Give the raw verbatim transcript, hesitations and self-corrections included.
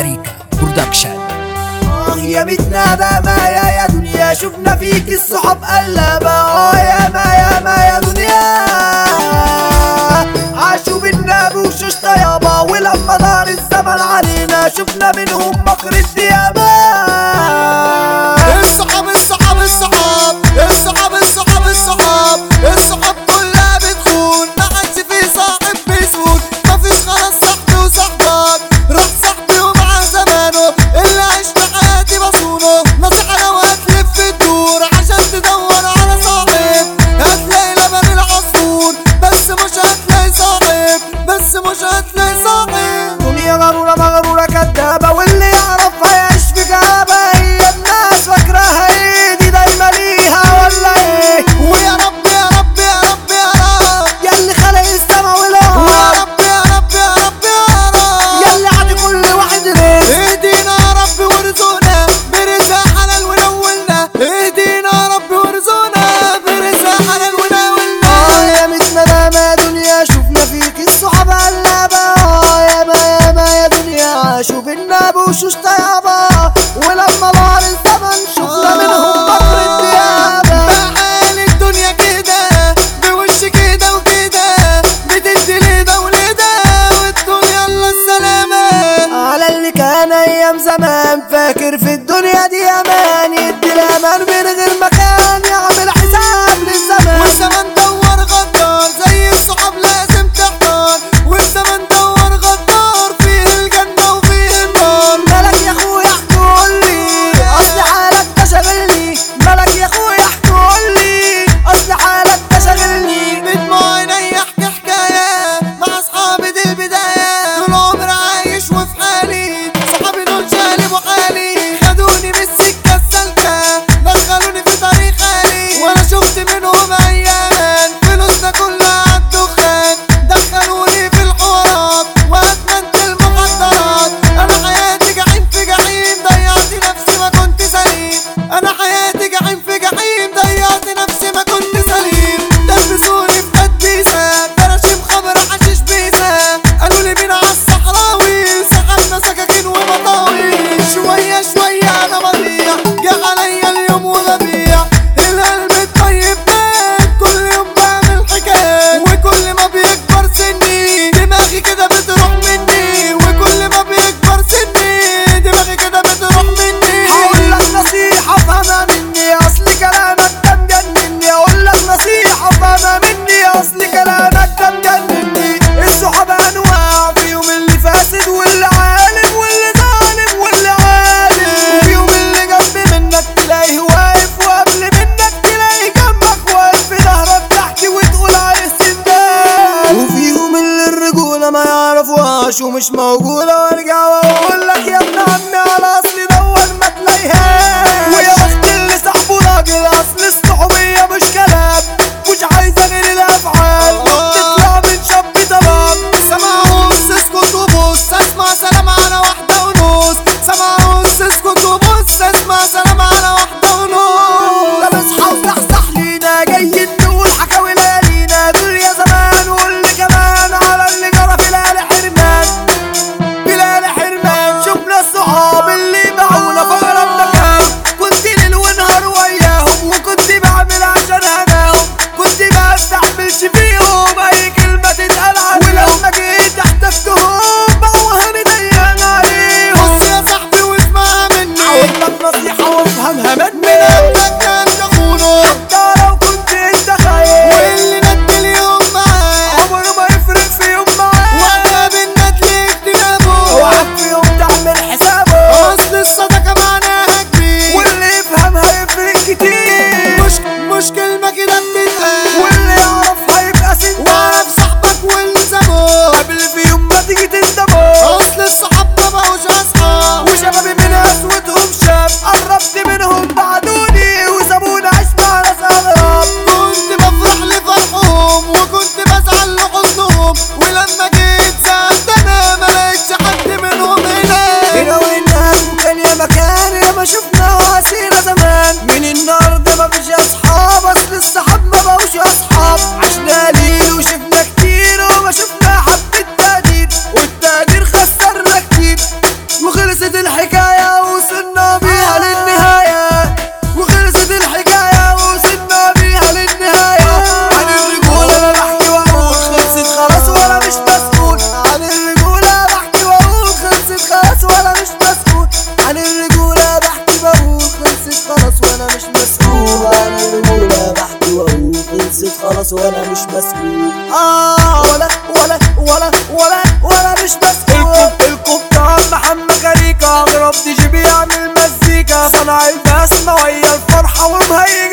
كاريكا برودكشن. اه يا بيتنا ده ما يا يا دنيا شفنا فيك الصحاب قلبة. اه يا ما يا ما يا دنيا عاشوا بالنبي وشوش طيابة، ولما دار الزمن علينا شفنا منهم مكر الديابة. الصحاب الصحاب الصحاب الصحاب الصحاب الصحاب الصحاب كلها بتخون، ما عادش في صاحب بيسود، مفيش خلاص صاحبي وصاحبك، راح صاحبي ومع زمانه اللي عايش في حياتي بصونه. نصيحة لو هتلف الدور عشان تدور على صاحب، هتلاقي لبن العصفور بس مش هتلاقي صاحب، بس مش هتلاقي صاحب. دنيا غرورة مغرورة كدابة، واللي يعرفها يعيش في جابة. هي الناس فاكراها ايه دي دايما ليها ولا ايه؟ ويا رب يا رب يا رب يا رب ياللي خلق السما والارض، ويا رب يا رب يا رب يا رب ياللي عادي كل واحد رزق. اهدينا يا رب وارزقنا برزق حلال ونولنا، اهدينا يا رب وارزقنا برزق حلال ونولنا. اه يا متنا ده ما دنيا شفنا فيك الصحاب قلبة. اه يا ما يا ما يا دنيا عاشوا بالنبي وشوش طيابة، ولما دار الزمن شفنا منهم مكر الديابة. بحال الدنيا كده بوش كده وكده، بتدي لده ولده والدنيا الله السلامة. على اللي كان ايام زمان فاكر في الدنيا دي امان، يدي الامان من غير مكان يعمل حساب للزمان. والزمن دور غدار زي الصحاب لازم تحضر، والزمن دور غدار فيه الجنة وفيه النار. مالك يا اخويا احكي قولي اصل حالك ده شاغلني، مالك يا اخويا احكي قولي اصل حالك ده شاغلني. بدموع عيني احكي حكاية مع اصحابي دي البداية، طول عمري عايش وفي حالي، صحابي دول شالي وحالي، خدوني هيجي